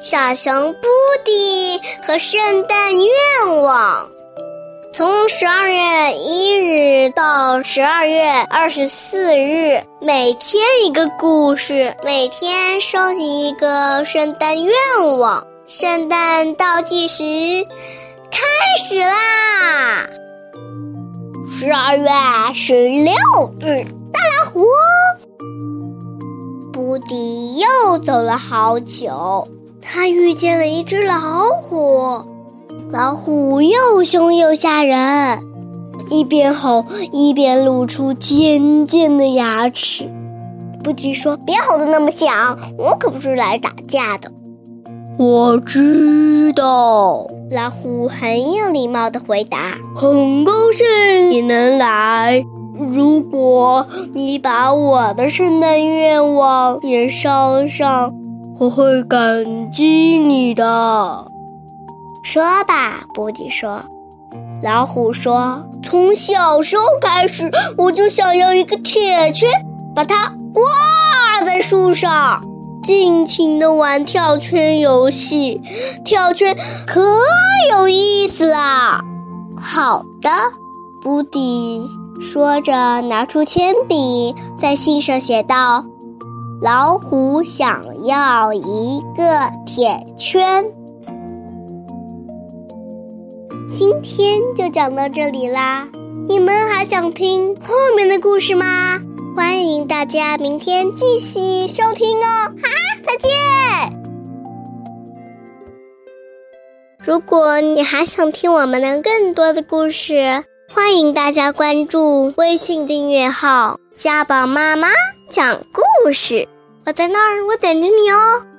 小熊布迪和圣诞愿望。从12月1日到12月24日，每天一个故事，每天收集一个圣诞愿望。圣诞倒计时开始啦！12月16日，大老虎布迪又走了好久，他遇见了一只老虎。老虎又凶又吓人，一边吼一边露出尖尖的牙齿。布迪说：“别吼得那么响，我可不是来打架的。”我知道，老虎很有礼貌地回答。很高兴你能来，如果你把我的圣诞愿望也捎上，我会感激你的。说吧，布迪说。老虎说：“从小时候开始，我就想要一个铁圈，把它挂在树上，尽情地玩跳圈游戏。跳圈可有意思啦！”好的，布迪说着拿出铅笔，在信上写道：“老虎想要一个铁圈。”今天就讲到这里啦，你们还想听后面的故事吗？欢迎大家明天继续收听哦！再见！如果你还想听我们的更多的故事，欢迎大家关注微信订阅号家宝妈妈讲故事，我在那儿，我等着你哦。